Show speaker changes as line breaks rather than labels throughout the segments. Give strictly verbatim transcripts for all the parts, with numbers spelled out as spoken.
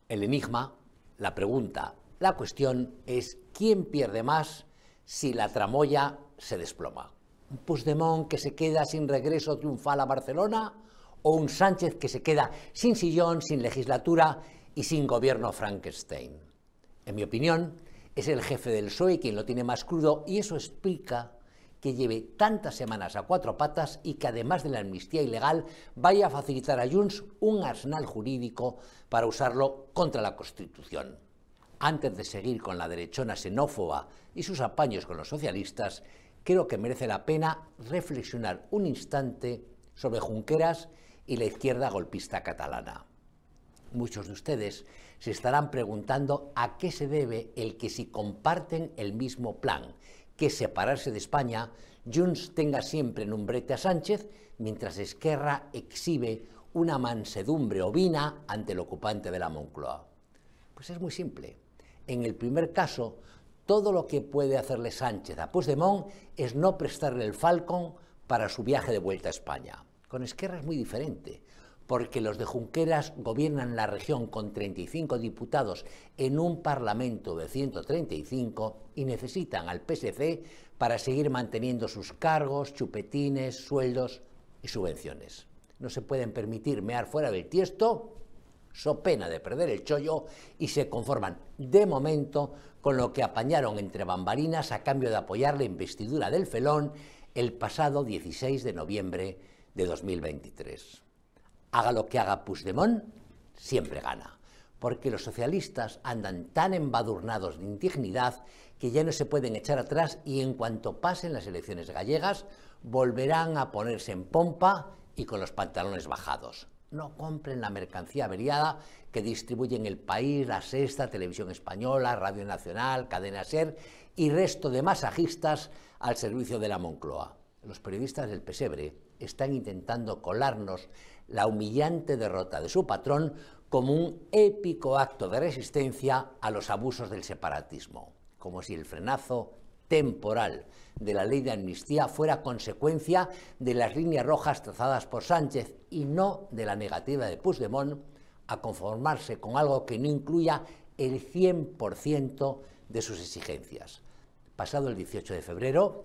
El enigma, la pregunta, la cuestión es ¿quién pierde más si la tramoya se desploma? ¿Un Puigdemont que se queda sin regreso triunfal a Barcelona o un Sánchez que se queda sin sillón, sin legislatura y sin gobierno Frankenstein? En mi opinión, es el jefe del P S O E quien lo tiene más crudo y eso explica que lleve tantas semanas a cuatro patas y que además de la amnistía ilegal vaya a facilitar a Junts un arsenal jurídico para usarlo contra la Constitución. Antes de seguir con la derechona xenófoba y sus apaños con los socialistas, creo que merece la pena reflexionar un instante sobre Junqueras y la izquierda golpista catalana. Muchos de ustedes se estarán preguntando a qué se debe el que si comparten el mismo plan, que es separarse de España, Junts tenga siempre en un brete a Sánchez, mientras Esquerra exhibe una mansedumbre ovina ante el ocupante de la Moncloa. Pues es muy simple. En el primer caso, todo lo que puede hacerle Sánchez a Puigdemont es no prestarle el Falcon para su viaje de vuelta a España. Con Esquerra es muy diferente, porque los de Junqueras gobiernan la región con treinta y cinco diputados en un parlamento de ciento treinta y cinco y necesitan al P S C para seguir manteniendo sus cargos, chupetines, sueldos y subvenciones. No se pueden permitir mear fuera del tiesto, so pena de perder el chollo, y se conforman de momento con lo que apañaron entre bambalinas a cambio de apoyar la investidura del Felón el pasado dieciséis de noviembre de dos mil veintitrés. Haga lo que haga Puigdemont, siempre gana, porque los socialistas andan tan embadurnados de indignidad que ya no se pueden echar atrás y en cuanto pasen las elecciones gallegas volverán a ponerse en pompa y con los pantalones bajados. No compren la mercancía averiada que distribuyen El País, La Sexta, Televisión Española, Radio Nacional, Cadena SER y resto de masajistas al servicio de la Moncloa. Los periodistas del Pesebre están intentando colarnos la humillante derrota de su patrón como un épico acto de resistencia a los abusos del separatismo, como si el frenazo temporal de la ley de amnistía fuera consecuencia de las líneas rojas trazadas por Sánchez y no de la negativa de Puigdemont a conformarse con algo que no incluya el cien por ciento de sus exigencias. Pasado el dieciocho de febrero,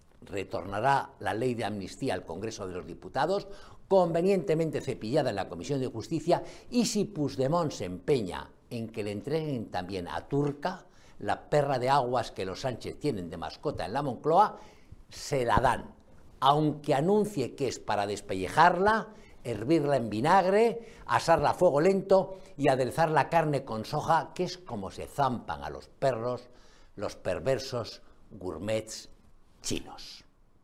retornará la ley de amnistía al Congreso de los Diputados, convenientemente cepillada en la Comisión de Justicia, y si Puigdemont se empeña en que le entreguen también a Turca, la perra de aguas que los Sánchez tienen de mascota en la Moncloa, se la dan, aunque anuncie que es para despellejarla, hervirla en vinagre, asarla a fuego lento y aderezar la carne con soja, que es como se zampan a los perros los perversos gourmets chinos.